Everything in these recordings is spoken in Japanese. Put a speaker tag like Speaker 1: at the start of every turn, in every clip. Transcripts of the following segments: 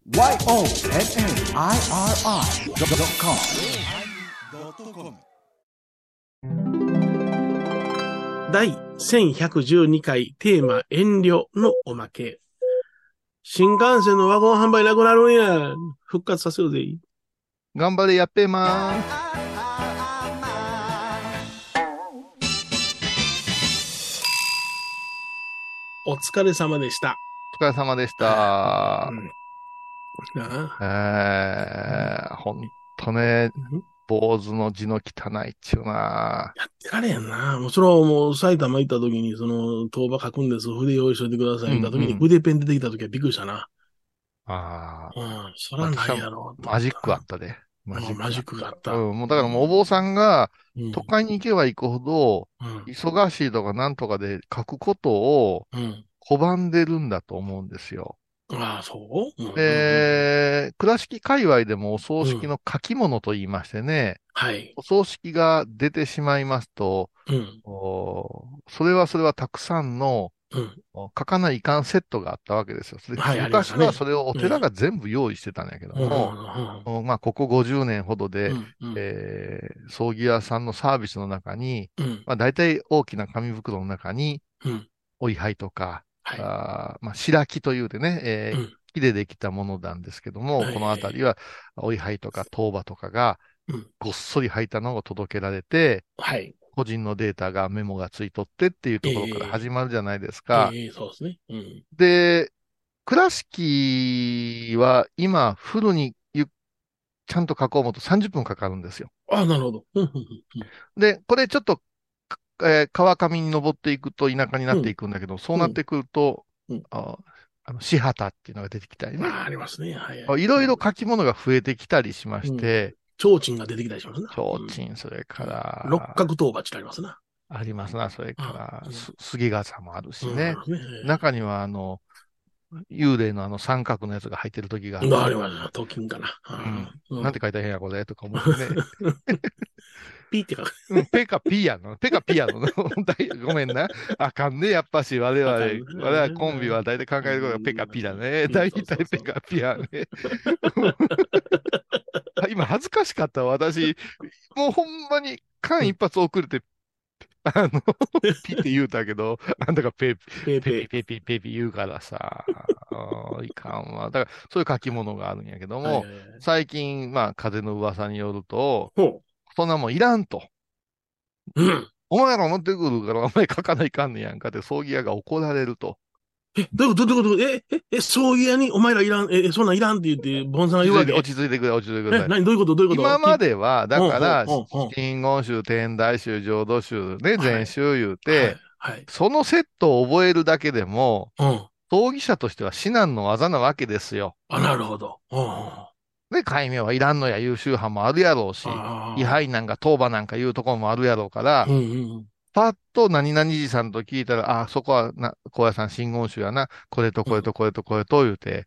Speaker 1: YONNIRI.com 第1112回テーマ遠慮のおまけ。新幹線のワゴン販売なくなるんや。復活させようぜ。
Speaker 2: 頑張れ、やっぺーまーす。
Speaker 1: お疲れ様でした。
Speaker 2: お疲れ様でした。ほんとね、坊主の字の汚いっちゅうな。
Speaker 1: やってられへんな。もちろんもう埼玉行った時に当場書くんです。筆用意しといてください。言った時に筆ペン出てきた時はびっくりしたな。そらないやろ。
Speaker 2: マジックあったで。
Speaker 1: マジックがあった。
Speaker 2: もうだからもうお坊さんが都会に行けば行くほど、忙しいとかなんとかで書くことを拒んでるんだと思うんですよ。倉敷界隈でもお葬式の書き物と言いましてね、お葬式が出てしまいますと、それはたくさんの書かないかんセットがあったわけですよ。昔はそれをお寺が全部用意してたんやけども、まあ、ここ50年ほどで、葬儀屋さんのサービスの中に、まあ、大体大きな紙袋の中に、お位牌とか、まあ、白木というでね、木でできたものなんですけども、この辺りは、お位牌とか当場とかが、ごっそり入ったのを届けられて、個人のデータがメモがついとってっていうところから始まるじゃないですか。
Speaker 1: そうですね。
Speaker 2: で、倉敷は今、フルにちゃんと書こうもと30分かかるんですよ。
Speaker 1: なるほど。
Speaker 2: で、これちょっと、川上に登っていくと田舎になっていくんだけど、そうなってくると、四旗っていうのが出てきたりね。
Speaker 1: ありますね。
Speaker 2: いろいろ書き物が増えてきたりしまして、
Speaker 1: 提灯が出てきたりしますな。
Speaker 2: 提灯、それから、
Speaker 1: 六角当場ってありますな。
Speaker 2: ありますな。それから、杉笠もあるしね。中には、幽霊の三角のやつが入ってる時がある。
Speaker 1: ありますな。頭金かな。
Speaker 2: なんて書いたら変やこれとか思ってね。
Speaker 1: ピーって書く。
Speaker 2: ペカピやの。ペカピやの。ごめんな。あかんね。やっぱし我々コンビは大体考えることがペカピだね。大体ペカピやね。今恥ずかしかった私。もうほんまに間一髪遅れて、ピって言うたけど、あんたがペピ言うからさ、いかんわ。だから、そういう書き物があるんやけども、最近、まあ、風の噂によると、そんなもんいらんと。お前ら持ってくるから、お前書かないかんねやんかって、葬儀屋が怒られると。
Speaker 1: どういうこと葬儀屋にお前らいらん、そんなんいらんって言って、ボンさんが言うわけ。
Speaker 2: 落ち着いてください。
Speaker 1: どういうこと
Speaker 2: 今までは、だから、真言宗、天台宗、浄土宗、ね、禅宗言うて、そのセットを覚えるだけでも、葬儀者としては至難の技なわけですよ。
Speaker 1: なるほど。
Speaker 2: で、戒名はいらんのやいう宗派もあるやろうし、位牌なんか当場なんかいうところもあるやろうから、パッと何々寺さんと聞いたら、そこは高野山真言宗やな、これとこれとこれとこれと言うて、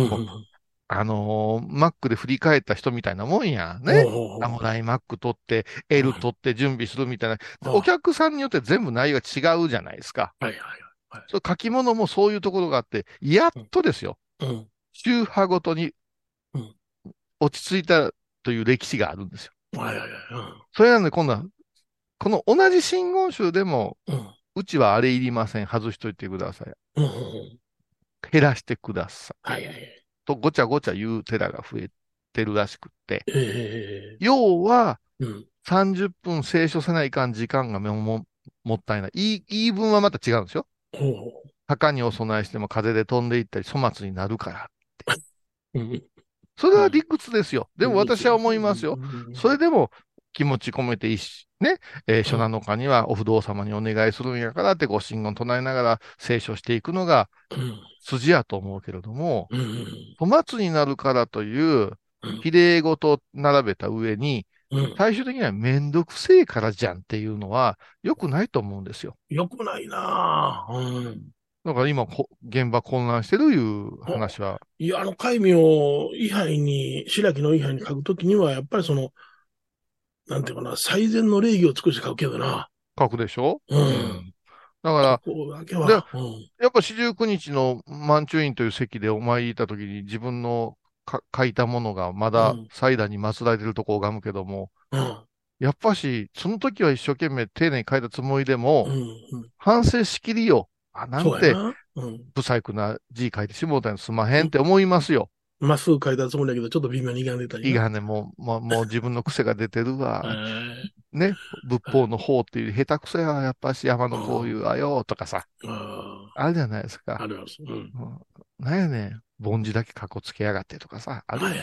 Speaker 2: マックで振り返った人みたいなもんや。ね。サムライマック取って、L 取って準備するみたいな。お客さんによって全部内容が違うじゃないですか。書き物もそういうところがあって、やっとですよ。宗派ごとに落ち着いたという歴史があるんですよ。それなので今度は、この同じ真言宗でも、うちはあれいりません。外しといてください。減らしてください。とごちゃごちゃ言う寺が増えてるらしくって。要は、30分清書せないかん時間がもったいない。言い分はまた違うんですよ。墓にお供えしても風で飛んでいったり粗末になるからって。それは理屈ですよ。でも私は思いますよ。それでも気持ち込めてね、初七日にはお不動様にお願いするんやからってご神言唱えながら清書していくのが筋やと思うけれども、粗末になるからという、比例ごと並べた上に、最終的にはめんどくせえからじゃんっていうのは良くないと思うんですよ。
Speaker 1: 良くないな
Speaker 2: だから今、現場混乱してるいう話は。
Speaker 1: いや、戒名を白木の位牌に書くときには、やっぱりなんていうかな、最善の礼儀を尽くして書くけどな。
Speaker 2: 書くでしょだから、やっぱ四十九日の満中院という席でお参りいたときに自分の書いたものがまだ祭壇に祀られてるとこを拝むけども、やっぱし、その時は一生懸命丁寧に書いたつもりでも、反省しきりよ。なんて、不細工な字書いてしもうたんすまへんって思いますよ。
Speaker 1: まっすぐ書いたつもりだけど、ちょっと微妙に歪んでたりね。
Speaker 2: いがね、もう自分の癖が出てるわ。ね、仏法の方っていう、下手くそやわ、やっぱし山のこういうあよとかさ。あるじゃないですか。
Speaker 1: あります。
Speaker 2: なんやねん。凡字だけかっこつけやがってとかさ。あるやない。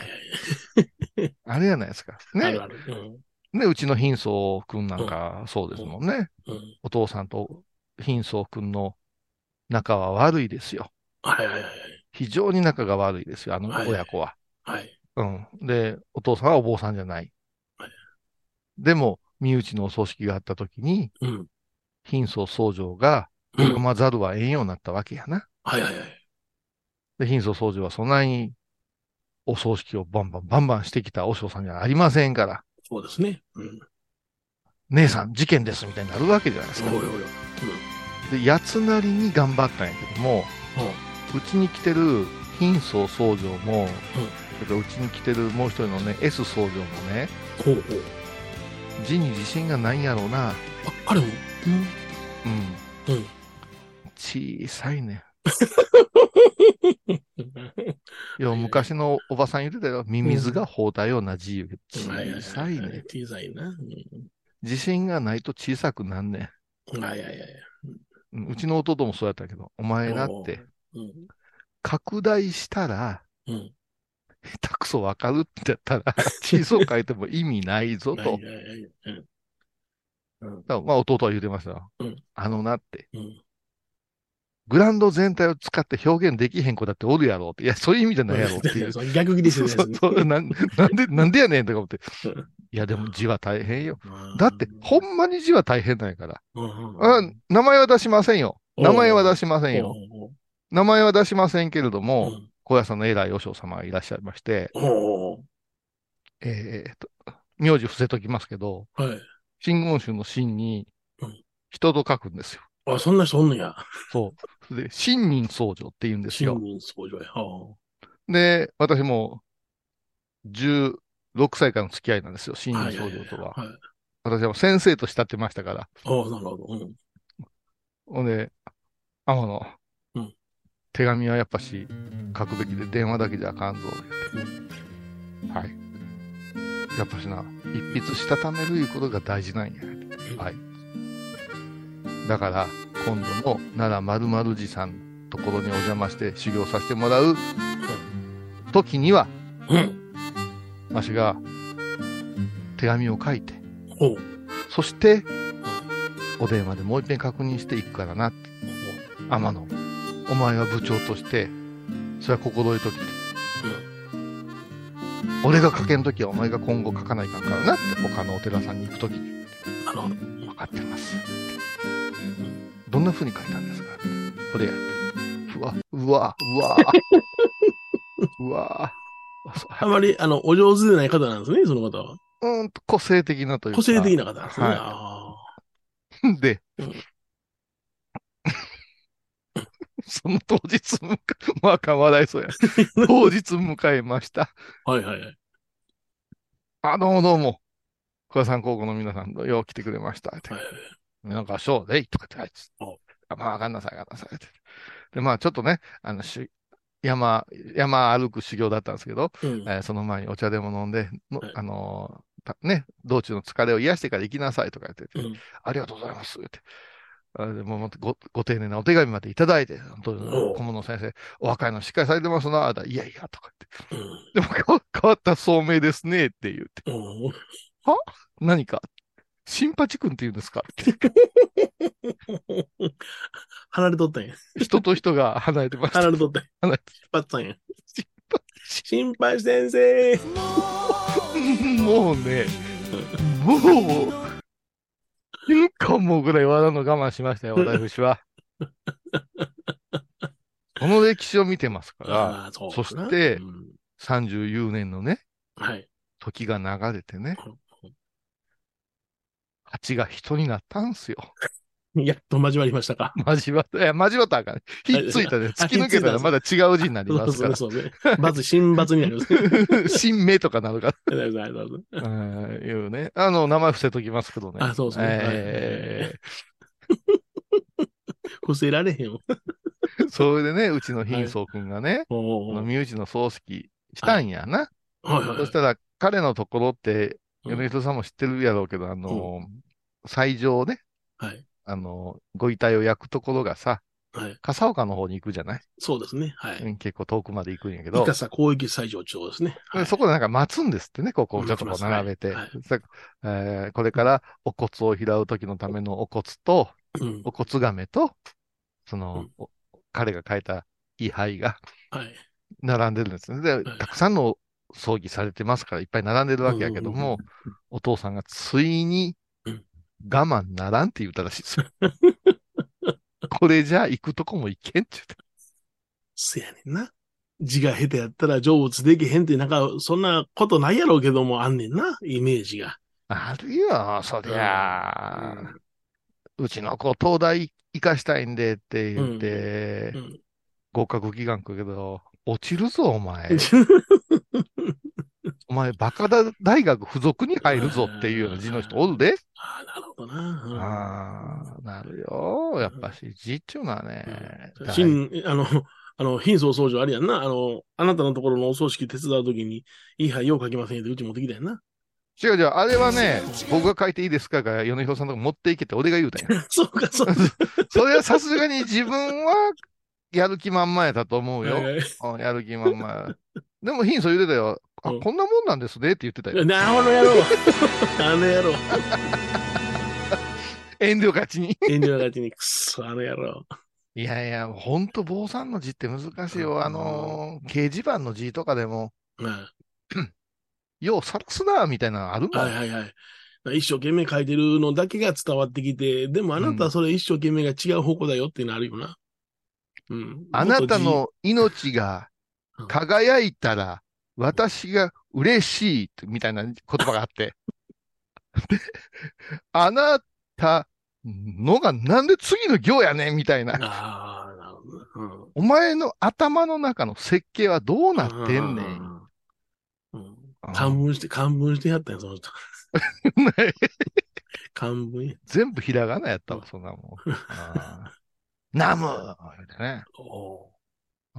Speaker 2: あるやないですか。ね。
Speaker 1: あるある。
Speaker 2: ね、うちの貧相くんなんかそうですもんね。お父さんと貧相くんの仲は悪いですよ。非常に仲が悪いですよ、あの親子は。うん。で、お父さんはお坊さんじゃない。でも、身内のお葬式があった時に、貧相僧正が読まざるはえんようになったわけやな。で、貧相僧正はそんなにお葬式をバンバンしてきた和尚さんじゃありませんから。
Speaker 1: そうですね。
Speaker 2: 姉さん、事件ですみたいになるわけじゃないですか。で、やつなりに頑張ったんやけども、うちに来てる貧相僧正も、うちに来てるもう一人のね、S 僧正もね、字に自信がないんやろうな。
Speaker 1: あれも
Speaker 2: 小さいね。昔のおばさん言ってたよ。ミミズが包帯ような字小さいね。
Speaker 1: 小さいな。
Speaker 2: 自信がないと小さくなんねん。うちの弟もそうやったけど、お前だって、拡大したら、下手くそわかるってやったら、小さく書いても意味ないぞと。まあ弟は言うてましたよ。なって。グラウンド全体を使って表現できへん子だっておるやろって。いや、そういう意味じゃないやろっていう。
Speaker 1: 逆切りするやつ。
Speaker 2: なんでやねんとか思って。いや、でも字は大変よ。だって、ほんまに字は大変なんやから。名前は出しませんよ。名前は出しませんよ。名前は出しませんけれども、高野山の偉い和尚様がいらっしゃいまして、名字伏せときますけど、真言宗の真に人と書くんですよ。
Speaker 1: そんな人おんのや。
Speaker 2: そう。で、真人僧正って言うんですよ。
Speaker 1: 真人僧正や。
Speaker 2: で、私も16歳からの付き合いなんですよ、真人僧正とは。私は先生と慕ってましたから。
Speaker 1: なるほど。
Speaker 2: ほんで、天野、手紙はやっぱし書くべきで電話だけじゃあかんぞ、はい。やっぱしな、一筆したためるいうことが大事なんや。はい。だから、今度の奈良丸々寺さんのところにお邪魔して修行させてもらう時には、わしが手紙を書いて、そして、お電話でもう一遍確認していくからなって。天野、お前は部長として、それは心得ときて。俺が書けんときはお前が今後書かないかんからなって、他のお寺さんに行くときに。分かってます。どんな風に書いたんですかこれやって。うわ。
Speaker 1: あまり、お上手でない方なんですね、その方は。
Speaker 2: 個性的なというか。
Speaker 1: 個性的な方なんですね。
Speaker 2: で、その当日まあ、笑いそうや。当日迎えました。どうも。小田さん高校の皆さん、よう来てくれました。なんか、そうでいとかって、まあ、上がんなさい。で、まあ、ちょっとね、山歩く修行だったんですけど、その前にお茶でも飲んで、道中の疲れを癒してから行きなさいとか言ってて、ありがとうございますって。もうご丁寧なお手紙までいただいて、顧問の先生、お若いのしっかりされてますな、いやとか言って。でも変わった聡明ですねって言って。は何か新八君って言うんですか
Speaker 1: 離れとったんや。
Speaker 2: 人と人が離れてました。
Speaker 1: 離れとったんや。引っ張ったんや。新八先生。
Speaker 2: もうね、死ぬかもぐらい笑うの我慢しましたよ、私は。この歴史を見てますから、そして、30有年のね、時が流れてね、蜂が人になったんすよ。
Speaker 1: やっと交わりましたか。
Speaker 2: 交わった。いや、交わったらあかん。ひっついたで、突き抜けたらまだ違う字になりますから。
Speaker 1: そうですね、そうね。バツ、新バツになりますね。
Speaker 2: 新名とかなるか
Speaker 1: 大丈夫、大丈夫。
Speaker 2: ら。いうね。名前伏せときますけどね。
Speaker 1: あ、そうですね。はい。伏せられへんよ。
Speaker 2: それでね、うちの
Speaker 1: はい。
Speaker 2: 貧相くんがね、
Speaker 1: おー、
Speaker 2: 身内の葬式した
Speaker 1: はい。
Speaker 2: んやな。
Speaker 1: はいはいはい。
Speaker 2: そしたら、彼のところって、
Speaker 1: うん。
Speaker 2: 米人さんも知ってるやろうけど、
Speaker 1: うん。
Speaker 2: 斎場ね、
Speaker 1: はい。
Speaker 2: ご遺体を焼くところがさ、
Speaker 1: はい。
Speaker 2: 笠岡の方に行くじゃない。
Speaker 1: そうですね。はい。
Speaker 2: うん、結構遠くまで行くんやけど、
Speaker 1: イカサ広域最上長ですね。はい。
Speaker 2: でそこでなんか待つんですってね、ここをちょっとこう
Speaker 1: 待ちます。はい。
Speaker 2: 並べて。
Speaker 1: はい。
Speaker 2: これ
Speaker 1: うん。
Speaker 2: からお骨を拾う時のためのお骨と、
Speaker 1: うん。
Speaker 2: お骨亀と、
Speaker 1: うん。
Speaker 2: 彼が書いた位牌が
Speaker 1: はい。
Speaker 2: 並んでるんですね。で、
Speaker 1: はい。
Speaker 2: たくさんの葬儀されてますから、いっぱい並んでる
Speaker 1: うん。
Speaker 2: わけや
Speaker 1: うん。うん。
Speaker 2: けども、お父さんがついに
Speaker 1: うん。
Speaker 2: 我慢ならんって言ったらしいですよ。これじゃ行くとこも行けんって言って。
Speaker 1: せやねんな。字が下手やったら成仏できへんって、なんか、そんなことないやろうけども、あんねんな、イメージが。
Speaker 2: あるよ、そり
Speaker 1: うん。う
Speaker 2: ゃあ。
Speaker 1: ん。
Speaker 2: うちの子、東大行かしたいんでって言っ
Speaker 1: うん。う
Speaker 2: て、
Speaker 1: ん。
Speaker 2: 合格祈願来るけど、落ちるぞ、お前。お前、バカだ大学附属に入るぞっていうような字の人おるで。
Speaker 1: ああ、なるほどな。うん。
Speaker 2: ああ、なるよ。やっぱ
Speaker 1: うん。
Speaker 2: し、字っていうのは
Speaker 1: う
Speaker 2: ね、
Speaker 1: ん。貧相僧侶ありやんな。あなたのところのお葬式手伝うときに、いいはいよう書きませんってうち持ってきたやんな。
Speaker 2: 違う違う、あれはね、僕が書いていいですかが、米広さんのとこ持っていけって俺が言うたんや。
Speaker 1: そうか、そうか。
Speaker 2: それはさすがに自分はやる気満々やったと思うよ。
Speaker 1: はいはい。
Speaker 2: やる気満々。でも、貧相言うてたよ。あ、
Speaker 1: う
Speaker 2: こんなもんなんですねって言ってたよ。
Speaker 1: ん。あの野郎。あの野郎。
Speaker 2: 遠慮がちに。
Speaker 1: 遠慮がちに、くっそ、あの野郎。
Speaker 2: いやいや、ほんと坊さんの字って難しいよ。
Speaker 1: うん。
Speaker 2: 掲示板の字とかでも、
Speaker 1: うん。
Speaker 2: ようさらすな、みたいなのあるもん。
Speaker 1: はいはいはい。一生懸命書いてるのだけが伝わってきて、でもあ
Speaker 2: うん。
Speaker 1: なたはそれ一生懸命が違う方向だよっていうのあるよな。うん。
Speaker 2: あ
Speaker 1: もっと
Speaker 2: なたの命が
Speaker 1: うん。
Speaker 2: 輝いたら、私が嬉しい、みたいな言葉があって、あなたのがなんで次の行やねんみたいな。
Speaker 1: ああ、なるほど。
Speaker 2: お前の頭の中の設計はどう
Speaker 1: うん。
Speaker 2: なってんねん。
Speaker 1: うん。
Speaker 2: うん。
Speaker 1: 漢文してやったんや、その人。漢文や。
Speaker 2: 全部ひらがなやったわ、
Speaker 1: うん。
Speaker 2: そんなもん。ナム言うてね。
Speaker 1: お
Speaker 2: うん。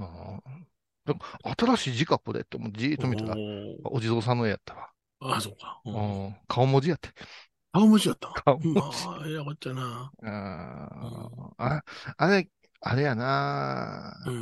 Speaker 2: でも新しい字か、これって、もうじーっ
Speaker 1: お
Speaker 2: と見たら、
Speaker 1: ー。
Speaker 2: お地蔵さんの絵やったわ。
Speaker 1: ああ、そうか。うん。
Speaker 2: うん。顔文字やって。
Speaker 1: 青虫やったわ。
Speaker 2: 顔文字。
Speaker 1: まあ、えらかっちゃな。うん。
Speaker 2: あれ、あれやな。
Speaker 1: うん。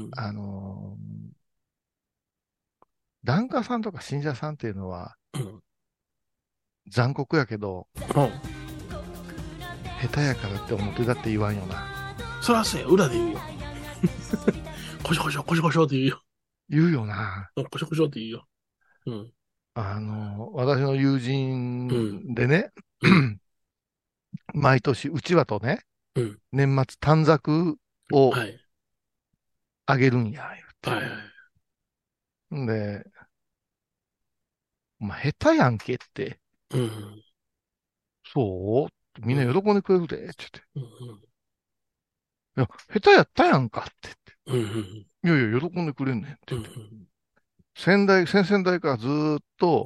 Speaker 2: 檀家さんとか信者さんっていうのは
Speaker 1: うん。
Speaker 2: 残酷やけど、
Speaker 1: うん。
Speaker 2: 下手やからって表だって言わんよな。
Speaker 1: そらせや、裏で言うよ。こしょこしょ、こしょこしょって言うよ。
Speaker 2: 言うよな。
Speaker 1: うんこしょこしょって言うよ。うん。
Speaker 2: 私の友
Speaker 1: うん。
Speaker 2: 人でね、
Speaker 1: うん。
Speaker 2: 毎年うちわとね、
Speaker 1: うん。
Speaker 2: 年末短冊を
Speaker 1: はい。
Speaker 2: あげるんや、言って。
Speaker 1: はいはい。
Speaker 2: んで、お前下手やんけって、
Speaker 1: うん。
Speaker 2: そうみんな
Speaker 1: うん。
Speaker 2: 喜んでくれるで、って言って。
Speaker 1: うん。
Speaker 2: いや、下手やったやんかって
Speaker 1: うん。うん。
Speaker 2: 言って。いやいや、喜んでくれんねんって
Speaker 1: うん。
Speaker 2: 言って。
Speaker 1: うん。
Speaker 2: 先々代からずーっと、
Speaker 1: うん。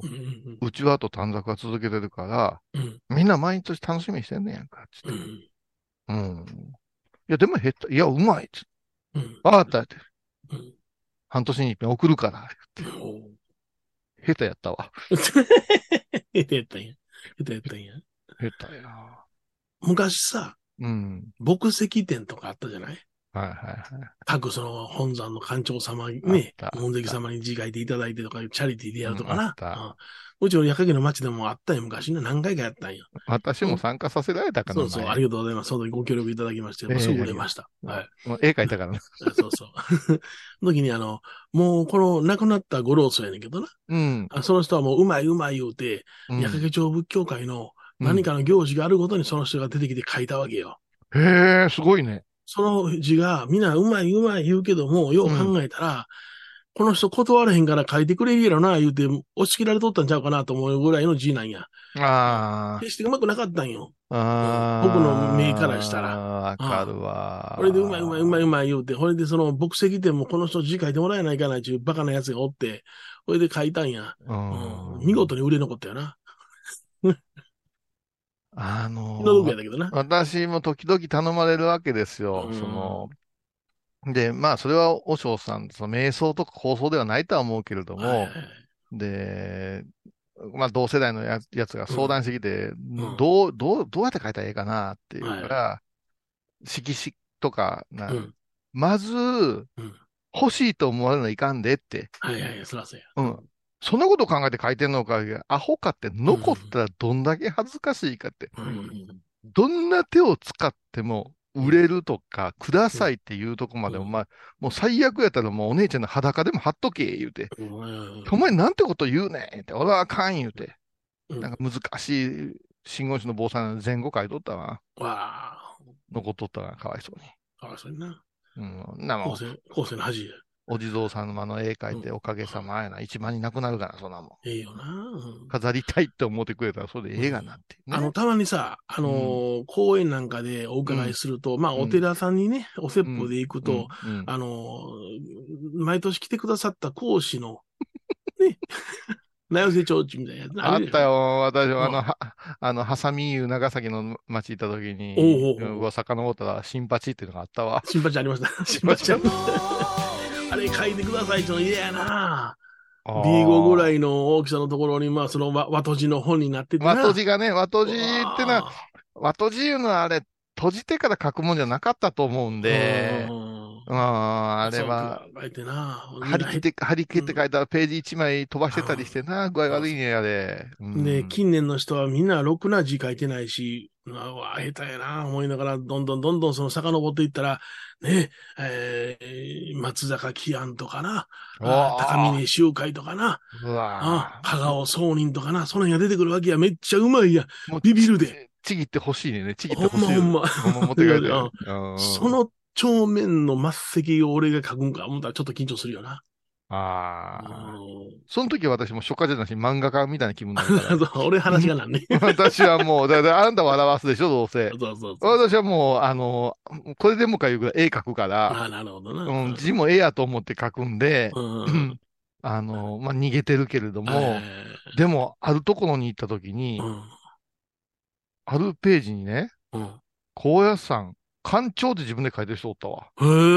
Speaker 2: うちわと短冊が続けてるから、
Speaker 1: うん。
Speaker 2: みんな毎日楽しみにしてんねんやんか、つって。
Speaker 1: うん。
Speaker 2: うん。いや、でもいや、うまいっつって。
Speaker 1: うん。
Speaker 2: わかったって。
Speaker 1: うん。
Speaker 2: 半年に一遍送るから、言って。下手やったわ。
Speaker 1: 下手やったんや。下手やったんや。
Speaker 2: 下手や。
Speaker 1: 昔さ、
Speaker 2: うん。
Speaker 1: 牧石店とかあったじゃない。
Speaker 2: はいはいはい。
Speaker 1: 各その本山の館長様にね、
Speaker 2: あった、あっ
Speaker 1: 門跡
Speaker 2: た。
Speaker 1: 様に字書いていただいてとかいうチャリティーでやると
Speaker 2: うん、あっ
Speaker 1: かな。
Speaker 2: た。
Speaker 1: うちの矢掛の町でもあったよ、昔ね。何回かやったんよ。
Speaker 2: 私も参加させられたかな、
Speaker 1: そうそう、あり
Speaker 2: 前。
Speaker 1: がとうございます。その時ご協力いただきまして、もうすぐ売れました。はい。
Speaker 2: もう絵描いたからな。
Speaker 1: そうそう。その時にもうこの亡くなったご老僧やねんけどな。
Speaker 2: うん、
Speaker 1: その人はもううまいうまい言うて、矢
Speaker 2: うん、
Speaker 1: 掛町仏教会の
Speaker 2: うん。
Speaker 1: 何かの行事があるごとにその人が出てきて書いたわけよ。
Speaker 2: へえ、すごいね。
Speaker 1: その字がみんなうまいうまい言うけども、よう
Speaker 2: うん、
Speaker 1: 考えたら、 この人断れへんから書いてくれるやろな、言うて、押し切られとったんちゃうかなと思うぐらいの字なんや。決してうまくなかったんよ。僕の目からしたら。
Speaker 2: わかるわ。
Speaker 1: これでうまい言うて、これでその、牧籍店もこの人字書いてもらえないかなっていうバカなやつがおって、これで書いたんや。見事に売れ残ったよな。
Speaker 2: 私も時々頼まれるわけですよ。で、まあ、それは、和尚さん、瞑想とか構想ではないとは思うけれども、で、まあ、同世代のやつが相談してきて、どうやって書いたらええかなっていうから、色紙とかまず、欲しいと思われるのいかんでって。
Speaker 1: そらそう
Speaker 2: や。そんなこと考えて書いてんのか、アホかって残ったらどんだけ恥ずかしいかって。どんな手を使っても売れるとか、くださいっていうとこまでも、まあ、もう最悪やったらもうお姉ちゃんの裸でも貼っとけ、言うて。お前なんてこと言うねんって、俺はあかん言うて。なんか難しい真言宗の坊さんの前後書いとったわ。残っとったわ、かわいそうに。
Speaker 1: かわいそうにな。
Speaker 2: 後世の恥や。お地蔵さんの絵描いておかげさまやな。一番になくなるから、そんなもん。
Speaker 1: ええよな。
Speaker 2: 飾りたいって思ってくれたら、それでええがなって、
Speaker 1: ね。たまにさ、公園なんかでお伺いすると、まあ、お寺さんにね、お説法で行くと、毎年来てくださった講師の、ね、名寄せ提灯みたいなやつ。
Speaker 2: あったよ。私はハサミ湯長崎の町行った時に、遡ったら、新八っていうのがあったわ。
Speaker 1: 新八ありました。新八ありました。あれ書いてくださいっての嫌やな。B5 ぐらいの大きさのところに、まあ、その和とじの本になっててな。
Speaker 2: 和とじがね、和とじってのは、和とじいうのはあれ、閉じてから書くもんじゃなかったと思うんで、あれは、張り切って書いたらページ1枚飛ばしてたりしてな、具合悪いねやで。
Speaker 1: で、近年の人はみんなろくな字書いてないし、下手やな、思いながら、どんどんその遡っていったら、ね、松坂喜庵とかな、高峰周海とかな、加賀尾宗人とかな、その辺が出てくるわけや、めっちゃうまいや、ビビるで。
Speaker 2: ちぎってほしいね、ちぎってほしい。
Speaker 1: ほんま。その帳面の末席を俺が書くんか思ったらちょっと緊張するよな。
Speaker 2: その時は私も書家じゃなし漫画家みたいな気分になるか
Speaker 1: ら。俺話がなんね。
Speaker 2: 私はもう、あなた笑わすでしょ、どうせ。私はもう、これでもかいうぐらい絵描くから、
Speaker 1: なるほどな。
Speaker 2: 字も絵やと思って描くんで、まあ、逃げてるけれども、でも、あるところに行った時に、あるページにね、高野山、館長って自分で書いてる人おったわ。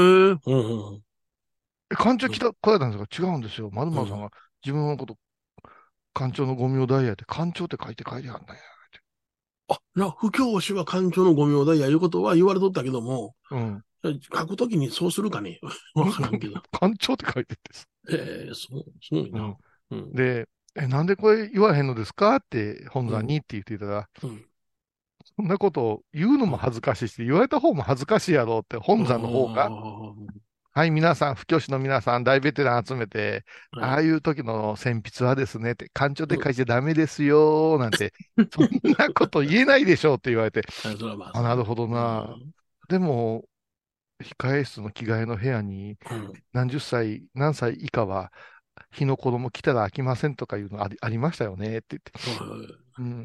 Speaker 2: 館長来られたんですか？違うんですよ。〇〇さんが自分のこと、館長のゴミをダイヤで、館長って書いてあんだよ。
Speaker 1: 不教師は館長のゴミをダイヤいうことは言われとったけども、書くときにそうするかね。わからんけど。
Speaker 2: 館長って書いてる
Speaker 1: んです。すごいな。
Speaker 2: で、なんでこれ言わへんのですかって本山にって言っていたら、そんなことを言うのも恥ずかしいし、言われた方も恥ずかしいやろうって本山の方が、はい、皆さん、布教師の皆さん、大ベテラン集めて、ああいう時の選筆はですね、って、館長で書いちゃダメですよ、なんて、そんなこと言えないでしょうって言われて、なるほどな。でも、控え室の着替えの部屋に、何歳以下は、日の子供来たら飽きませんとかいうのありましたよね、って言って。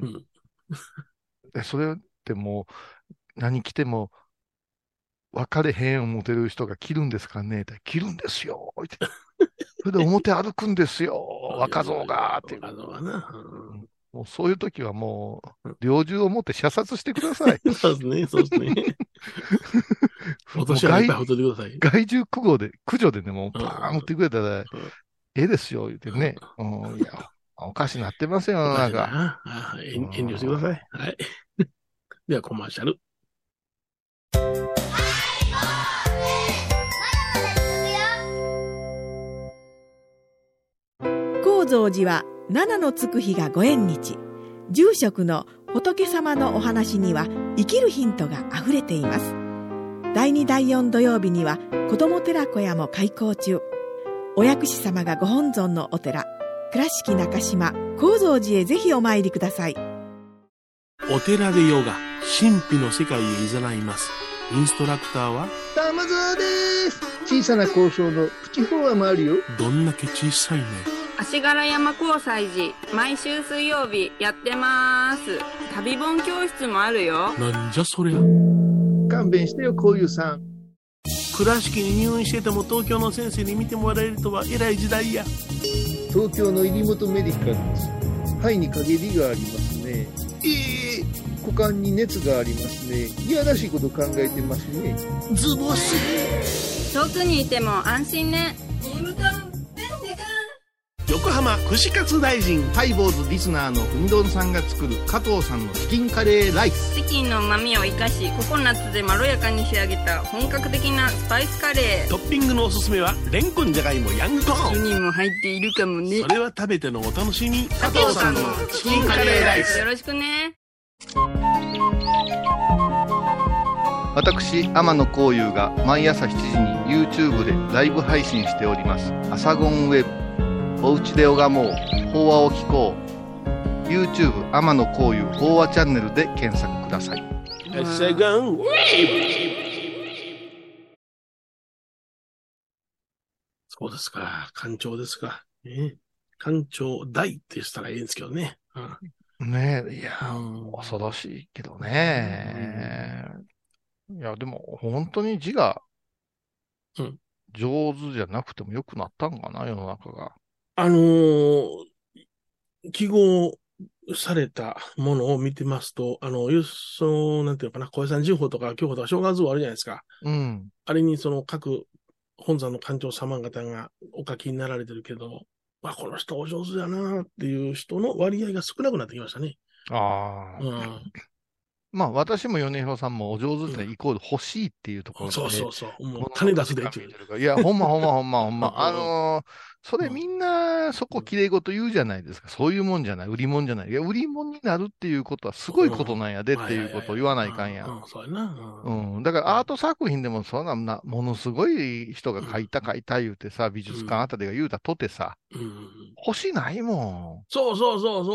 Speaker 2: それってもう、何着ても、分かれへん思ってる人が着るんですかねって、着るんですよって。それで表歩くんですよ、若造がって。もうそういう時はもう、猟銃を持って射殺してください。
Speaker 1: そうですね。お年はいっぱいほっといてください。
Speaker 2: 害獣駆除でね、もうパーン持ってくれたら、ええですよ、言ってね。いや、おかしになってますよ、なんか。
Speaker 1: 遠慮してください。はい。では、コマーシャル。
Speaker 3: 高蔵寺は七のつく日がご縁日。住職の仏様のお話には生きるヒントがあふれています。第2第4土曜日には子ども寺小屋も開校中。お薬師様がご本尊のお寺、倉敷中島・高蔵寺へぜひお参りください。
Speaker 1: お寺でヨガ、神秘の世界へ誘います。インストラクターは
Speaker 4: 玉沢です。 小さな交渉のプチフォアもあるよ。
Speaker 1: どんだけ小さいね。
Speaker 5: 足柄山交際時、毎週水曜日やってます。旅本教室もあるよ。
Speaker 1: なんじゃそりゃ。
Speaker 4: 勘弁してよ、こういうさん。
Speaker 1: 倉敷に入院してても東京の先生に見てもらえるとは偉い時代や。
Speaker 4: 東京の入本メディカルです。肺に陰りがありますね。股間に熱がありますね。いやらしいこと考えてますね。
Speaker 1: ズボス。
Speaker 5: 遠くにいても安心ね。
Speaker 1: 横浜串カツ大臣。
Speaker 6: ハイボーズリスナーのうみどんさんが作る加藤さんのチキンカレーライス。
Speaker 5: チキンの旨味を生かし、ココナッツでまろやかに仕上げた本格的なスパイスカレー。
Speaker 1: トッピングのおすすめはレンコン、じゃがいも、ヤングコーン。
Speaker 5: にも入っているかもね。
Speaker 1: それは食べてのお楽しみ。
Speaker 5: 加藤さんのチキンカレーライス。よろしくね。
Speaker 2: 私、天野幸雄が毎朝7時に YouTube でライブ配信しております。アサゴンウェブ。おうちで拝もう。法話を聞こう。YouTube 天野幸雄法話チャンネルで検索ください。
Speaker 1: アサゴンウェブ。そうですか。館長ですか。館長大って言ったらいいんですけどね。
Speaker 2: ねえ、いや、恐ろしいけどね。いや、でも、本当に字が上手じゃなくても良くなったんかな、世の中が。
Speaker 1: 記号されたものを見てますと、なんていうのかな、小江山人法とか教法とか正月号あるじゃないですか。あれに各本山の館長様方がお書きになられてるけども、この人お上手だなっていう人の割合が少なくなってきましたね。
Speaker 2: まあ、私も米広さんもお上手ってイコール欲しいっていうところで、
Speaker 1: そう。もう種出すでっていう。
Speaker 2: いや、ほんま。それみんなそこ綺麗事言うじゃないですか。そういうもんじゃない。売り物じゃない。いや、売り物になるっていうことはすごいことなんやでっていうことを言わないかんやん。
Speaker 1: そうやな。
Speaker 2: だからアート作品でもそんな、ものすごい人が書いた言うてさ、美術館あたりが言うたとてさ、欲しないもん。
Speaker 1: そう。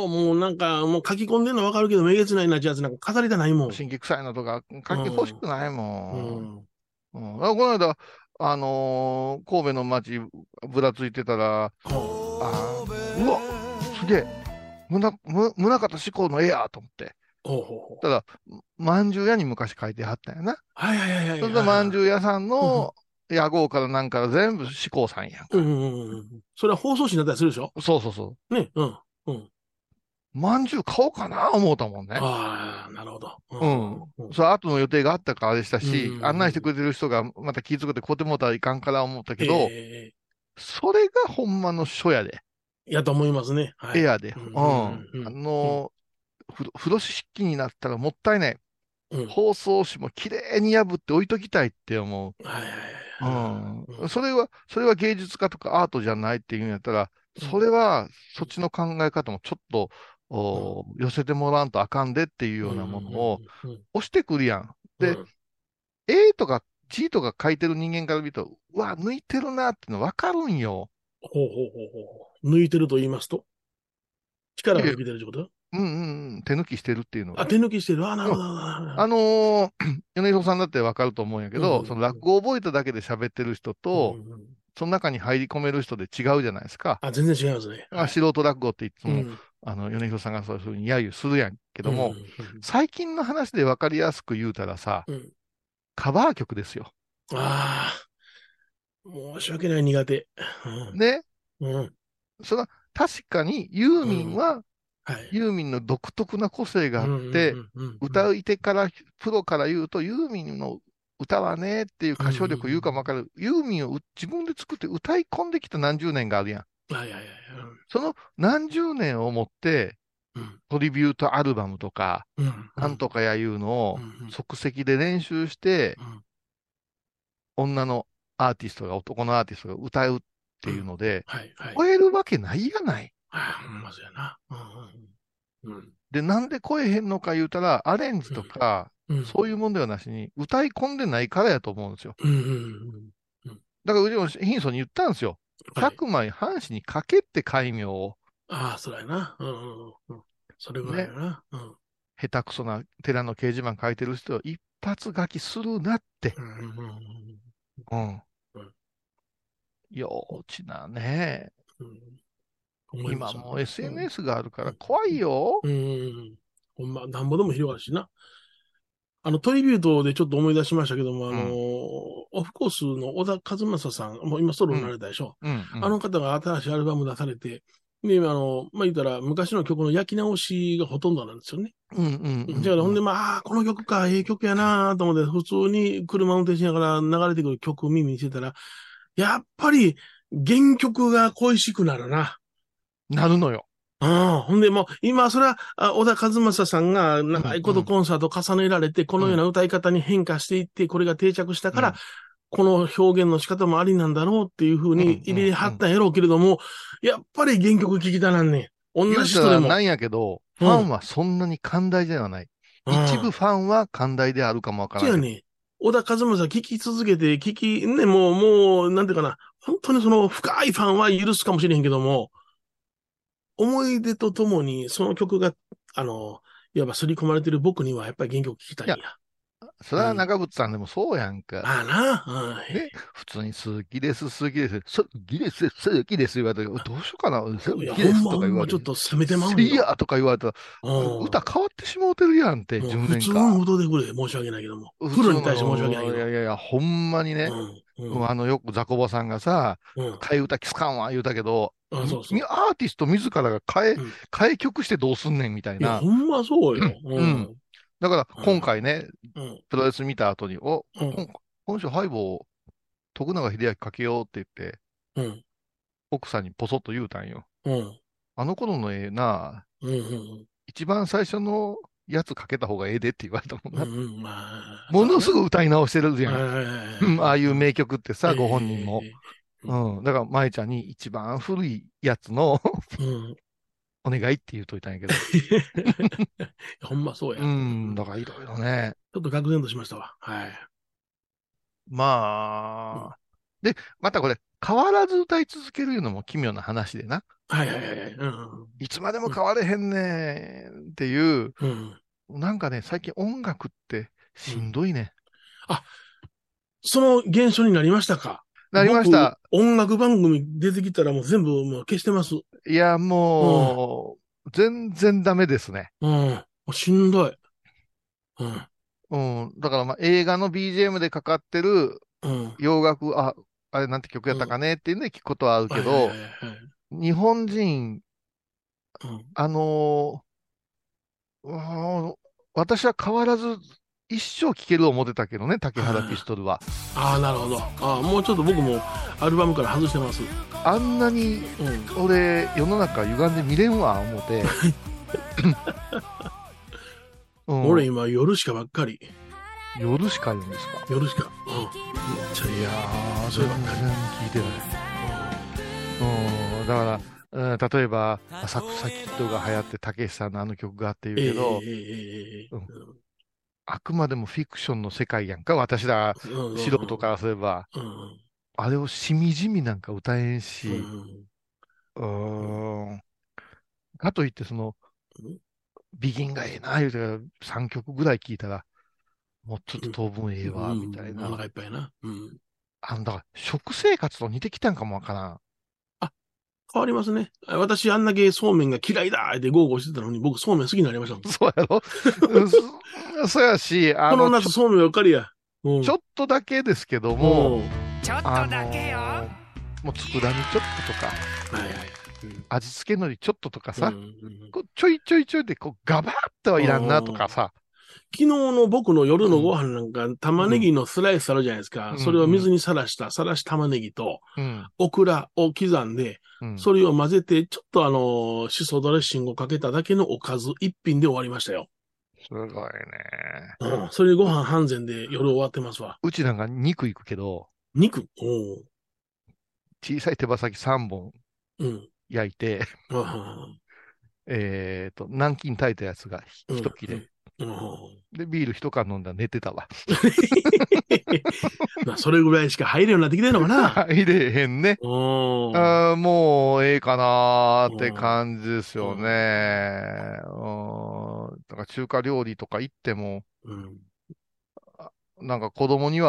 Speaker 1: もうなんか、もう書き込んでるの分かるけど、めげつないなやつなんか飾りたないもん。
Speaker 2: 神経臭いのとか書き欲しくないもん。この間、神戸の街ぶらついてたら、うわ、すげえ、宗像志功の絵やと思って。ただ、まんじゅう屋に昔書いてはったんやな。それでまんじゅう屋さんの屋号からなんから全部志功さんやんか。
Speaker 1: それは放送紙になったりするでしょ。
Speaker 2: そう。
Speaker 1: ね、
Speaker 2: まんじゅう買おうかな思うたもんね。
Speaker 1: なるほど。
Speaker 2: それ後の予定があったからでしたし、案内してくれてる人がまた気づくてこてもうたらいかんから思ったけど、それがほんまの書やで。
Speaker 1: やと思いますね。
Speaker 2: 絵やで。風呂敷になったらもったいない。包装紙もきれいに破って置いときたいって思う。それは芸術家とかアートじゃないっていうんやったら、それはそっちの考え方もちょっと寄せてもらわんとあかんでっていうようなものを押してくるやん。で、A とか G とか書いてる人間から見ると、うわ、抜いてるなっての分かるんよ。
Speaker 1: 抜いてると言いますと力が抜けてるってこと？
Speaker 2: 手抜きしてるっていうのが。
Speaker 1: 手抜きしてる。なるほ
Speaker 2: ど。米広さんだって分かると思うんやけど、その落語を覚えただけで喋ってる人と、その中に入り込める人で違うじゃないですか。
Speaker 1: 全然違いますね。
Speaker 2: 素人落語っていつも、米広さんがそういうふうに揶揄するやんけども、最近の話で分かりやすく言うたらさ、カバー曲ですよ。
Speaker 1: 申し訳ない、苦手。
Speaker 2: ね。それは確かにユーミンは、ユーミンの独特な個性があって、歌い手から、プロから言うと、ユーミンの歌はねっていう歌唱力言うかもわかる。ユーミンを自分で作って歌い込んできた何十年があるやん。その何十年をもって、トリビュートアルバムとか、なんとかやいうのを即席で練習して、女のアーティストが、男のアーティストが歌うっていうので、超えるわけないやない。
Speaker 1: まずやな。
Speaker 2: で、なんで超えへんのか言うたら、アレンジとか、そういうもんではなしに、歌い込んでないからやと思うんですよ。だから、うちも貧相に言ったんですよ。100枚半紙にかけって戒名を。
Speaker 1: そうやな。それぐらいやな。
Speaker 2: 下手くそな寺の掲示板書いてる人は一発書きするなって。 幼稚なね。今もう SNS があるから怖いよ。
Speaker 1: ほんま、なんぼでも広がるしな。トリビュートでちょっと思い出しましたけども、オフコースの小田和正さん、もう今ソロになれたでしょ。あの方が新しいアルバム出されて、で、まあ言ったら昔の曲の焼き直しがほとんどなんですよね。だからほんで、この曲か、ええ曲やなと思って、普通に車運転しながら流れてくる曲を耳にしてたら、やっぱり原曲が恋しくなるな。
Speaker 2: なるのよ。
Speaker 1: ほんでもう、今、それは、小田和正さんが長いことコンサート重ねられて、このような歌い方に変化していって、これが定着したから、この表現の仕方もありなんだろうっていうふうに入れはったんやろうけれども、やっぱり原曲聴きたなんねん。同じ人でも。
Speaker 2: なんやけど、ファンはそんなに寛大ではない。一部ファンは寛大であるかもわからない。
Speaker 1: そうやね。小田和正聴き続けて、ね、もう、なんていうかな、本当にその深いファンは許すかもしれへんけども、思い出とともに、その曲が、いわば刷り込まれてる僕にはやっぱり原曲聴きたいんや。
Speaker 2: それは中渕さんでもそうやんか。ね、普通に好きです、好きです、好きです、好きです言われたら、どうしようかな、好きですとか言われて。
Speaker 1: ちょっと攻めてまう
Speaker 2: よ。いやとか言われたら、歌変わってしもうてるやんって、10年間。
Speaker 1: 普通のことでくれ、申し訳ないけども。プロに対して申し訳ないけど。
Speaker 2: いや、ほんまにね、よくザコバさんがさ、替え歌きつかんわ言うたけど、アーティスト自らが変え曲してどうすんねんみたいな。
Speaker 1: ほんまそうよ。
Speaker 2: だから今回ね、プロレス見た後に、今週ハイボー、徳永英明かけようって言って、奥さんにポソッと言うたんよ。あの頃のええな、一番最初のやつかけた方がええでって言われたもんな。ものすぐ歌い直してるじゃん。ああいう名曲ってさ、ご本人も。だから、舞ちゃんに一番古いやつのお願いって言うといたんやけど。
Speaker 1: ほんまそうや。
Speaker 2: だからいろいろね。
Speaker 1: ちょっと愕然としましたわ。はい。
Speaker 2: まあ。で、またこれ、変わらず歌い続けるのも奇妙な話でな。いつまでも変われへんねんっていう、なんかね、最近音楽ってしんどいね。
Speaker 1: その現象になりましたか？
Speaker 2: なりました。
Speaker 1: 音楽番組出てきたらもう全部もう消してます。
Speaker 2: いや、もう、全然ダメですね。
Speaker 1: しんどい。
Speaker 2: だから映画の BGM でかかってる洋楽、あれなんて曲やったかねっていうんで聞くことはあるけど、日本人、私は変わらず一生聴ける思ってたけどね、竹原ピストルは。
Speaker 1: なるほど。もうちょっと僕もアルバムから外してます。
Speaker 2: あんなに、俺、世の中歪んで見れんわ、思って。
Speaker 1: 俺今、夜しかばっかり。
Speaker 2: 夜しか言うんですか？
Speaker 1: 夜しか。
Speaker 2: いやー、そればっかり聞いてない。だから、例えば、浅草キッドが流行ってたけしさんのあの曲があって言うけど、あくまでもフィクションの世界やんか、私ら素人からすれば。あれをしみじみなんか歌えんし、かといってビギンがええな、言うて3曲ぐらい聴いたら、もうちょっと当分ええわ、みたいな。
Speaker 1: お腹いっぱいな。
Speaker 2: だから、食生活と似てきたんかもわからん。
Speaker 1: 変わりますね。私、あんだけそうめんが嫌いだって豪語してたのに、僕、そうめん好きになりましたもん。
Speaker 2: そうやろそうやし、
Speaker 1: この夏、そうめんばっかりや。
Speaker 2: ちょっとだけですけども、ちょっとだけよ。もう、佃煮ちょっととか、味付け海苔ちょっととかさ、ちょいちょいちょいで、ガバッとはいらんなとかさ。
Speaker 1: 昨日の僕の夜のご飯なんか、玉ねぎのスライスあるじゃないですか。それを水にさらし玉ねぎと、オクラを刻んで、それを混ぜて、ちょっとシソドレッシングをかけただけのおかず一品で終わりましたよ。
Speaker 2: すごいね。
Speaker 1: それでご飯半膳で夜終わってますわ。
Speaker 2: うちなんか肉いくけど、
Speaker 1: 小
Speaker 2: さい手羽先3本焼いて、南京炊いたやつが一切れ。で、ビール一缶飲んだら寝てたわ。
Speaker 1: それぐらいしか入るようになってきてんのかな？
Speaker 2: 入れへんね。もうええかなーって感じですよね。だから中華料理とか行っても、なんか子供には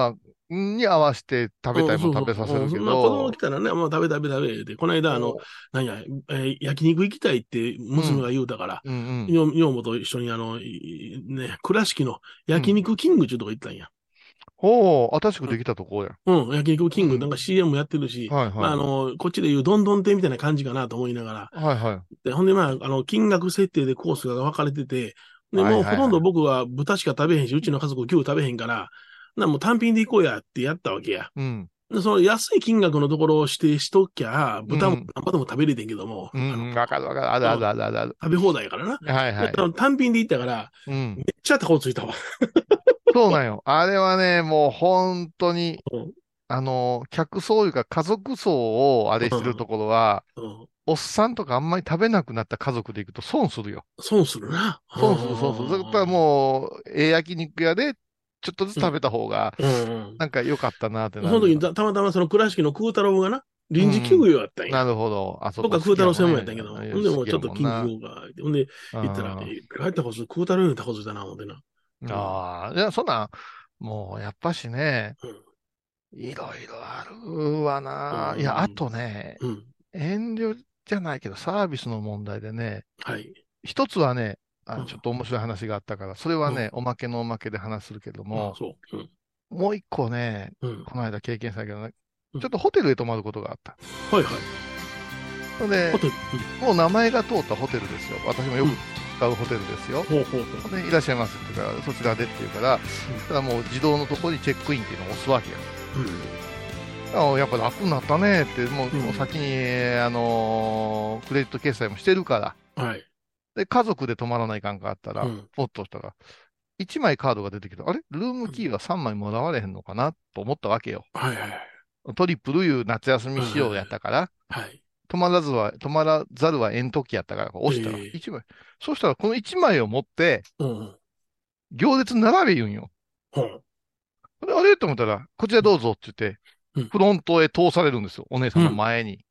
Speaker 2: に合わせて食べたいもの食べさせるけ
Speaker 1: まあ子供
Speaker 2: ど、
Speaker 1: 来たらね、もう食べ食べ食べで、この間何や、焼肉行きたいって娘が言うたから、
Speaker 2: うん
Speaker 1: 女房と一緒にね、倉敷の焼肉キングちゅうとこ行ったんや。
Speaker 2: おお、新しくできたとこや。
Speaker 1: 焼肉キングなんか CM やってるし、
Speaker 2: はいはい。
Speaker 1: まあこっちでいうどんどん亭みたいな感じかなと思いながら、
Speaker 2: はいはい。
Speaker 1: で、ほんでまあ、金額設定でコースが分かれてて、で、もうほとんど僕は豚しか食べへんし、うちの家族牛食べへんから、もう単品で行こうやってやったわけや。で、その安い金額のところを指定しときゃ、豚も生でも食べれてんけども。
Speaker 2: わかるわかる。あるあるあるあるある。
Speaker 1: 食べ放題やからな。
Speaker 2: はいはい。
Speaker 1: 単品で行ったから、めっちゃ高ついたわ。
Speaker 2: そうなんよ。あれはね、もう本当に、客層いうか家族層をあれしてるところは、おっさんとかあんまり食べなくなった家族で行くと損するよ。
Speaker 1: 損するな。
Speaker 2: 損する、損する。だからもう、焼肉屋でちょっとずつ食べた方が、なんか良かったなってなる。
Speaker 1: その時にたまたまその倉敷の空太郎がな、臨時休業やったんや。
Speaker 2: なるほど。あそこ。
Speaker 1: 僕は空太郎専門やったんやけど、ほんでもうちょっと緊急が、ほんで行ったら、帰ったこそ空太郎より高ついたな、思ってな。
Speaker 2: ああ、いや、そんな、もうやっぱしね、いろいろあるわな。いや、あとね、遠慮じゃないけど、サービスの問題でね、一つはね、ちょっと面白い話があったから、それはね、おまけのおまけで話するけども、もう一個ね、この間経験したけどね、ちょっとホテルへ泊まることがあった。
Speaker 1: はいはい。
Speaker 2: それで、もう名前が通ったホテルですよ。私もよく使うホテルですよ。で、いらっしゃいますって言うから、そちらでって言うから、ただもう自動のところにチェックインっていうのを押すわけよ。やっぱ楽になったねって、もう先に、クレジット決済もしてるから。はい。で、家族で泊まらないかんかあったら、ポッとしたら、1枚カードが出てきて、あれルームキーは3枚もらわれへんのかなと思ったわけよ。はいはい。トリプルいう夏休み仕様やったから、はい。泊まらざるはえんときやったから、押したら、1枚。そしたら、この1枚を持って、行列並べ言うんよ。あれと思ったら、こちらどうぞって言って、フロントへ通されるんですよ。お姉さんの前に。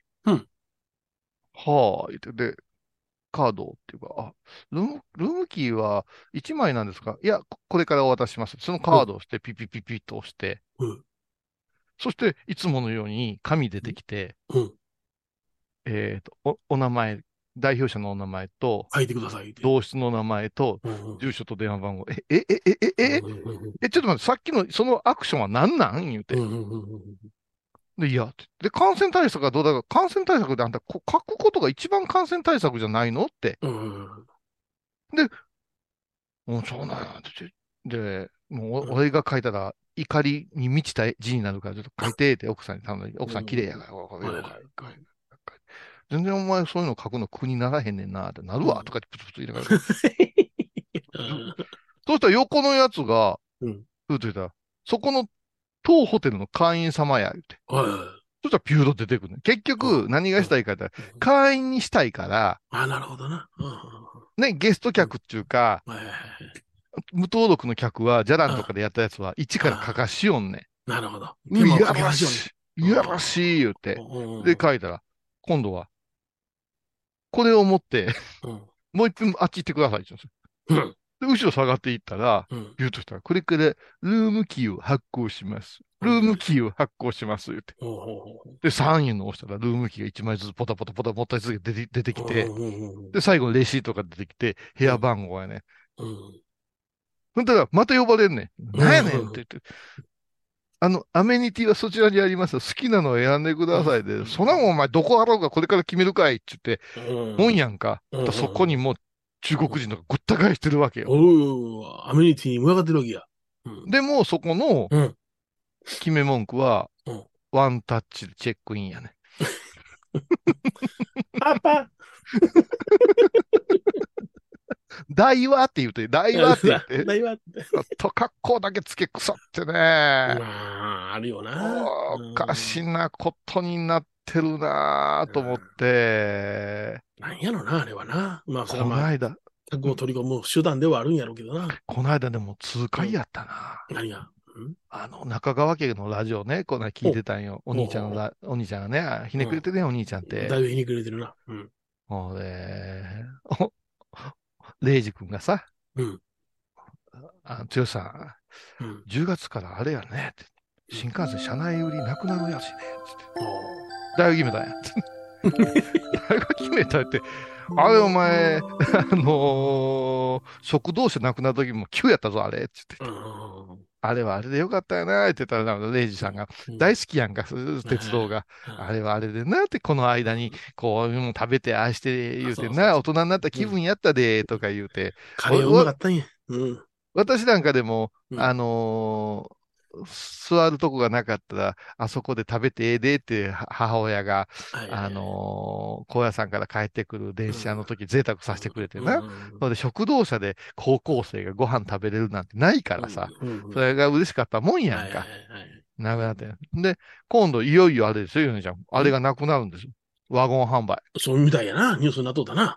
Speaker 2: はあ、言って、で、カードっていうか、ルームキーは1枚なんですか？いや、これからお渡しします。そのカードをして、ピピピピッと押して、そして、いつものように紙出てきて、お名前、代表者のお名前と、
Speaker 1: 書いてください。
Speaker 2: 同室の名前と、住所と電話番号。ちょっと待って、さっきのそのアクションは何なん言うて。で、いや、で、感染対策はどうだか、感染対策であんた書くことが一番感染対策じゃないのって。で、もうそうなんや。で、もう俺が書いたら怒りに満ちた字になるから、ちょっと書いてって奥さんに頼んで、奥さん綺麗やから、全然お前そういうの書くの苦にならへんねんなってなるわ、とかってプツプツ言いながら。そうしたら横のやつが、言うといたら、そこの当ホテルの会員様や、言うて。そしたらピューと出てくるね。結局、何がしたいかって、会員にしたいから、
Speaker 1: なるほどな。
Speaker 2: ね、ゲスト客っていうか、無登録の客は、じゃらんとかでやったやつは、一から書かしよんね。
Speaker 1: なるほど。
Speaker 2: いやらしい、いやらしい、言うて。で、書いたら、今度は、これを持って、もう一分あっち行ってくださいって言うんですよ。で、後ろ下がっていったら、言うとしたら、これからルームキーを発行します。ルームキーを発行します、言って。で、3位の押したら、ルームキーが1枚ずつポタポタポタ持ったやつが出てきて、で、最後レシートが出てきて、部屋番号やね。ほんとだ、また呼ばれんねん。なんやねんって言って。アメニティはそちらにあります。好きなのを選んでくださいで、そんなもんお前どこあろうがこれから決めるかいって言って、もんやんか。そこにもう中国人とかぐった返してるわけよ。
Speaker 1: アメニティに群がってるわけや。
Speaker 2: でも、そこの決め文句は、ワンタッチでチェックインやね。
Speaker 1: パパ
Speaker 2: 大和って言うて、大和って言って。
Speaker 1: 大和って。
Speaker 2: と格好だけつけ腐ってね。
Speaker 1: あるよな。
Speaker 2: おかしなことになってるなと思って。
Speaker 1: なんやろな、あれはな。まあ、それ
Speaker 2: はまあ、この間。
Speaker 1: 客を取り込む手段ではあるんやろうけどな。
Speaker 2: この間でも痛快やったな。
Speaker 1: 何が
Speaker 2: 中川家のラジオね、この間聞いてたんよ。お兄ちゃんがね、ひねくれてるね、お兄ちゃんって。
Speaker 1: だいぶひねくれてるな。
Speaker 2: もうね、レイジ君がさ、剛さん、10月からあれやねって、 新幹線車内売りなくなるやしね、つって。誰が決めたんや。誰が決めたって、あれお前、食堂車なくなる時も急やったぞ、あれ、つって。あれはあれでよかったよな、って言ったら、レイジさんが、大好きやんか、鉄道が。あれはあれでな、って、この間に、こういうの食べて、ああして、言うてな、大人になった気分やったで、とか言うて。
Speaker 1: カレーうまかったんや。
Speaker 2: 私なんかでも、座るとこがなかったら、あそこで食べてええでって母親が、高野山から帰ってくる電車の時、贅沢させてくれてな。それで食堂車で高校生がご飯食べれるなんてないからさ、それが嬉しかったもんやんか。なくなって。で、今度いよいよあれですよ、ゆねちゃん。あれがなくなるんですよ。ワゴン販売。
Speaker 1: そうみたいやな。ニュースになっとったな。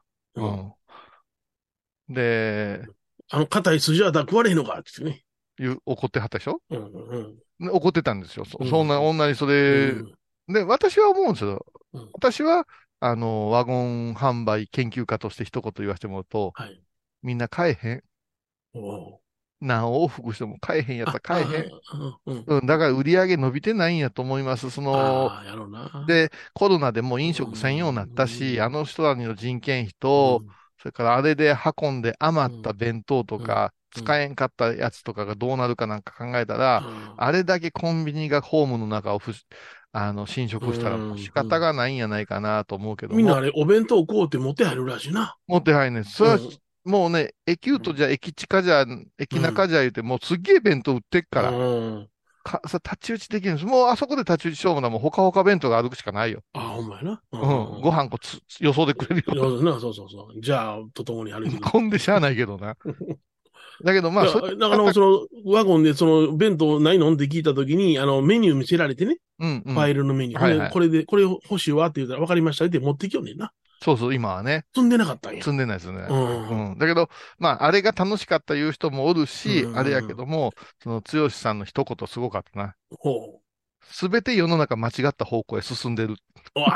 Speaker 2: で、
Speaker 1: 硬い筋は食われへんのかってね。
Speaker 2: 怒ってはったでしょ。怒ってたんですよ。そんな女にそれ、で、私は思うんですよ。私は、ワゴン販売研究家として一言言わせてもらうと、みんな買えへん。何往復しても買えへんやったら買えへん。だから売り上げ伸びてないんやと思います。で、コロナでもう飲食専用になったし、あの人らの人件費と、それからあれで運んで余った弁当とか、使えんかったやつとかがどうなるかなんか考えたら、あれだけコンビニがホームの中を侵食したら仕方がないんやないかなと思うけども。
Speaker 1: みんなあれ、お弁当買うて持って入るらしいな。
Speaker 2: 持って入るね。それは、もうね、駅うとじゃ、駅近じゃ、駅中じゃ言うて、もうすっげえ弁当売ってっから。太刀打ちできるんです。もうあそこで太刀打ち勝負なもうほかほか弁当が歩くしかないよ。
Speaker 1: ほんまやな。
Speaker 2: ご飯予想でくれる
Speaker 1: よ。そうそうそう。じゃあ、とともに歩いてくる。
Speaker 2: 混んでしゃあないけどな。だけどまあ、
Speaker 1: だからそのワゴンでその弁当ないのって聞いたときに、メニュー見せられてね。ファイルのメニュー。これ欲しいわって言ったら分かりましたって持ってきよんねんな。
Speaker 2: そうそう、今はね。
Speaker 1: 積んでなかったんや。
Speaker 2: 積んでないですよね。だけど、まあ、あれが楽しかったいう人もおるし、あれやけども、その、剛さんの一言すごかったな。すべて世の中間違った方向へ進んでる。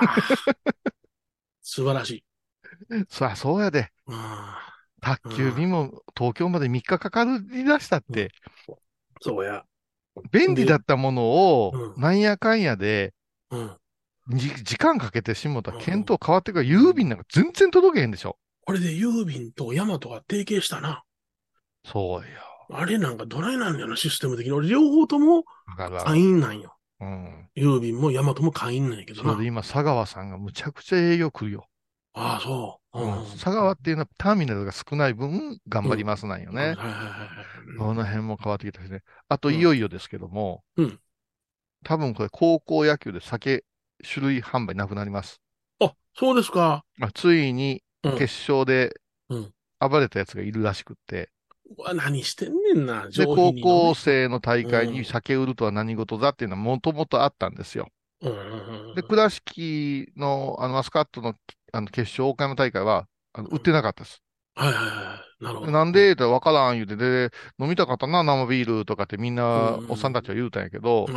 Speaker 1: 素晴らしい。
Speaker 2: そうやで。宅急便も東京まで3日かかりだしたって。
Speaker 1: そうや。
Speaker 2: 便利だったものを、なんやかんやで、時間かけてしもた検討変わってから、郵便なんか全然届けへんでしょ。
Speaker 1: これで郵便とヤマトが提携したな。
Speaker 2: そうよ。
Speaker 1: あれなんかどないなんだよな、システム的に。俺両方とも会員なんよ。郵便もヤマトも会員なんやけどな。
Speaker 2: それで今、佐川さんがむちゃくちゃ営業来るよ。
Speaker 1: そう。
Speaker 2: 佐川っていうのはターミナルが少ない分頑張りますなんよね。この辺も変わってきたしね。あと、いよいよですけども、多分これ高校野球で酒種類販売なくなります。
Speaker 1: そうですか。
Speaker 2: ついに決勝で暴れたやつがいるらしくって。
Speaker 1: 何してんねんな、
Speaker 2: で、高校生の大会に酒売るとは何事だっていうのはもともとあったんですよ。で、倉敷のマスカットの決勝、岡山大会は売ってなかったです。
Speaker 1: なるほど。
Speaker 2: なんでってわからん言うて、で、飲みたかったな、生ビールとかってみんな、おっさんたちは言うたんやけど、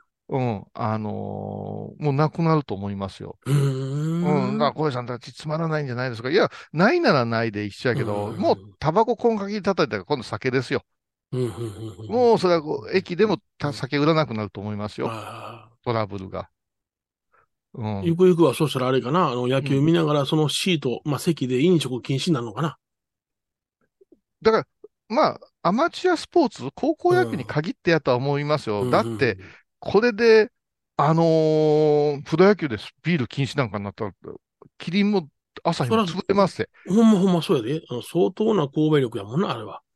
Speaker 2: もうなくなると思いますよ。だから小江さんたちつまらないんじゃないですか。いや、ないならないで一緒やけど、もうタバココンカキ叩いたら今度酒ですよ。もうそれは駅でも酒売らなくなると思いますよ。トラブルが。
Speaker 1: ゆくゆくはそうしたらあれかな、野球見ながらそのシート、席で飲食禁止になるのかな。
Speaker 2: だから、アマチュアスポーツ、高校野球に限ってやとは思いますよ。だって、これで、プロ野球でビール禁止なんかになったら、キリンも朝日も潰れますよ。
Speaker 1: ほんまそうやで。相当な購買力やもんな、あれは。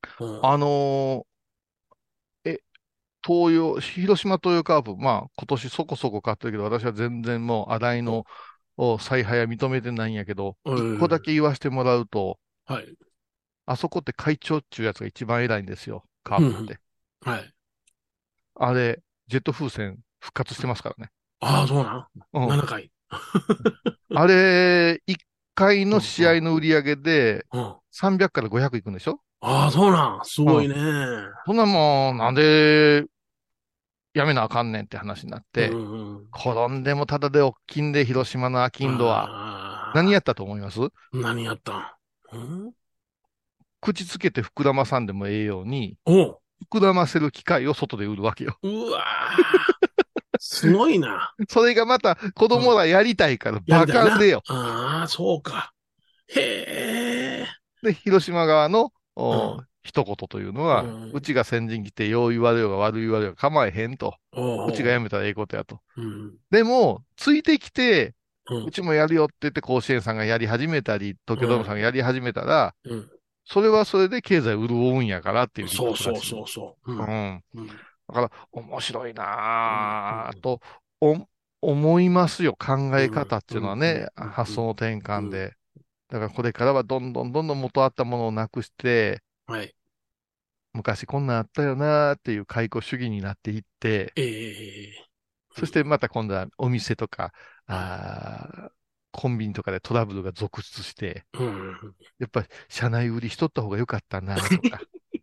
Speaker 2: 広島東洋カープ、今年そこそこ買ってるけど、私は全然もう新井の采配は認めてないんやけど、一個だけ言わせてもらうと、あそこって会長っていうやつが一番偉いんですよ、カープって。あれ、ジェット風船復活してますからね。
Speaker 1: そうなん ?7 回。
Speaker 2: あれ、1回の試合の売り上げで、300から500いくんでしょ。
Speaker 1: そうなん。すごいね。
Speaker 2: そんなもん、なんで、やめなあかんねんって話になって、転んでもただで大きいんで、広島のアキンドは。何やったと思います？
Speaker 1: 何やったん？
Speaker 2: 口つけて膨らまさんでもええように、 膨らませる機械を外で売るわけよ。
Speaker 1: うわすごいな。
Speaker 2: それがまた子供らやりたいからバカでよ。
Speaker 1: ああ、そうか。へえ。
Speaker 2: で、広島側の、一言というのは、うちが先陣来て、よう言われようが悪い言われようが構えへんと。うちがやめたらええことやと。でも、ついてきて、うちもやるよって言って、甲子園さんがやり始めたり、東京ドームさんがやり始めたら、それはそれで経済潤うんやからっていう理
Speaker 1: 屈らしい。そう。
Speaker 2: だから、面白いなぁと思いますよ。考え方っていうのはね、発想の転換で。だからこれからはどんどん元あったものをなくして、昔こんなんあったよなーっていう解雇主義になっていって、そしてまた今度はお店とか、コンビニとかでトラブルが続出して、やっぱり車内売りしとった方が良かったなとか、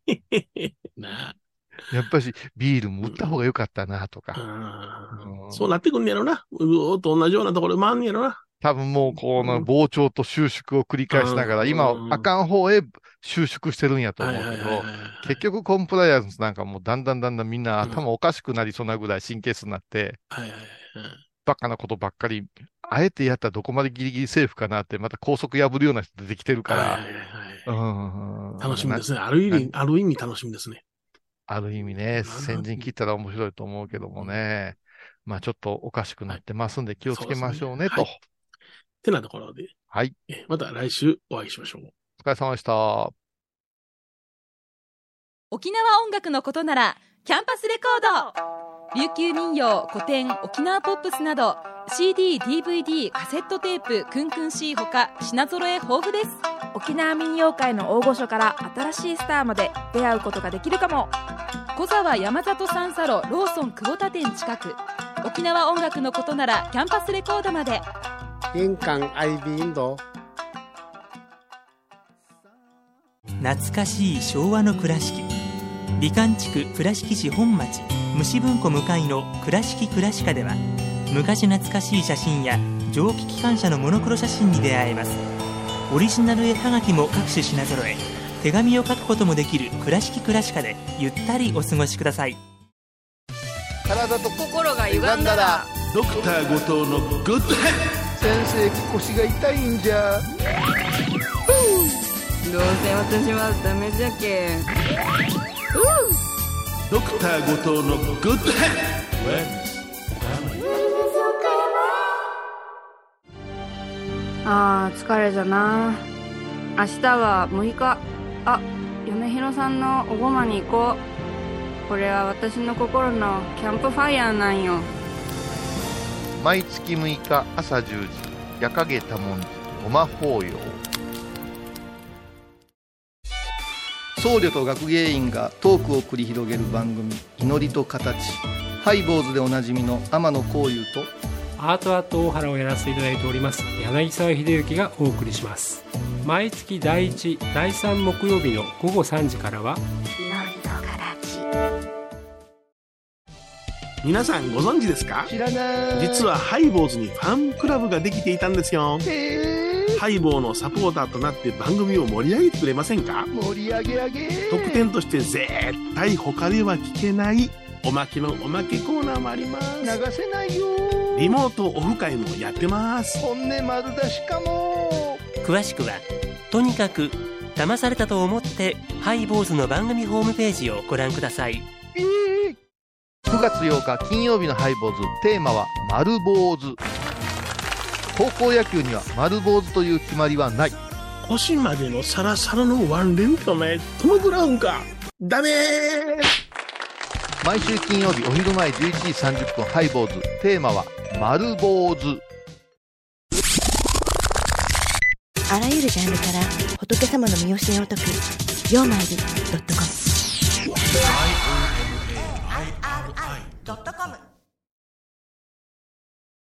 Speaker 2: やっぱりビールも売った方が良かったなとか。
Speaker 1: そうなってくんねやろな。うおーと同じようなところで回んねやろな。
Speaker 2: 多分もうこの膨張と収縮を繰り返しながら、今、あかん方へ収縮してるんやと思うけど、結局コンプライアンスなんかもうだんだんみんな頭おかしくなりそうなぐらい神経質になって、バカなことばっかり、あえてやったらどこまでギリギリセーフかなって、また高速破るような人出てきてるから、
Speaker 1: 楽しみですね。ある意味楽しみですね。
Speaker 2: ある意味ね、先陣切ったら面白いと思うけどもね、まあちょっとおかしくなってますんで気をつけましょうねと。
Speaker 1: ってなところで、また来週お会いしましょう。
Speaker 2: お疲れ様でした。
Speaker 7: 沖縄音楽のことならキャンパスレコード、琉球民謡、古典、沖縄ポップスなど CD、DVD、カセットテープ、クンクン C ほか品揃え豊富です。
Speaker 8: 沖縄民謡界の大御所から新しいスターまで出会うことができるかも。
Speaker 7: 小沢山里三佐路ローソン久保田店近く。沖縄音楽のことならキャンパスレコードまで。
Speaker 9: 玄関アイビーンド。
Speaker 10: 懐かしい昭和の倉敷、美観地区倉敷市本町虫文庫向かいの倉敷倉歯科では、昔懐かしい写真や蒸気機関車のモノクロ写真に出会えます。オリジナル絵はがきも各種品揃え、手紙を書くこともできる倉敷倉歯科でゆったりお過ごしください。
Speaker 6: 体と
Speaker 5: 心が歪んだら
Speaker 6: ドクター後藤のグッドヘッド。
Speaker 4: 先生、腰が痛いんじゃ。
Speaker 5: どうせ私はダメじゃけ。
Speaker 6: ドクター後藤のグッドヘッ
Speaker 5: ド。あー疲れじゃな。明日は6日。米広さんのおごまに行こう。これは私の心のキャンプファイヤーなんよ。
Speaker 2: 毎月6日朝10時、夜影多文字ごま法要。
Speaker 11: 僧侶と学芸員がトークを繰り広げる番組、祈りと形。ハイボーズでおなじみの天野幸雄と
Speaker 12: アートアート大原をやらせていただいております柳沢秀幸がお送りします。毎月第1、第3木曜日の午後3時からは
Speaker 1: 皆さんご存知ですか？
Speaker 4: 知らない。
Speaker 1: 実はハイボーズにファンクラブができていたんですよ。ハイボーのサポーターとなって番組を盛り上げてくれませんか？
Speaker 4: 盛り上げ上げ。
Speaker 1: 特典として絶対他では聞けないおまけのおまけコーナーもあります。
Speaker 4: 流せないよ。
Speaker 1: リモートオフ会もやってます。
Speaker 4: 本音丸出しかも。
Speaker 10: 詳しくはとにかく騙されたと思ってハイボーズの番組ホームページをご覧ください。
Speaker 2: 9月8日金曜日のハイボーズ、テーマは丸坊主。高校野球には丸坊主という決まりはない。
Speaker 1: 腰までのサラサラのワンレンってお前トム・ブラウンか。ダメー。
Speaker 2: 毎週金曜日お昼前11時30分、ハイボーズ、テーマは丸坊主。
Speaker 13: あらゆるジャンルから仏様の身教えを説く曜マイル.com。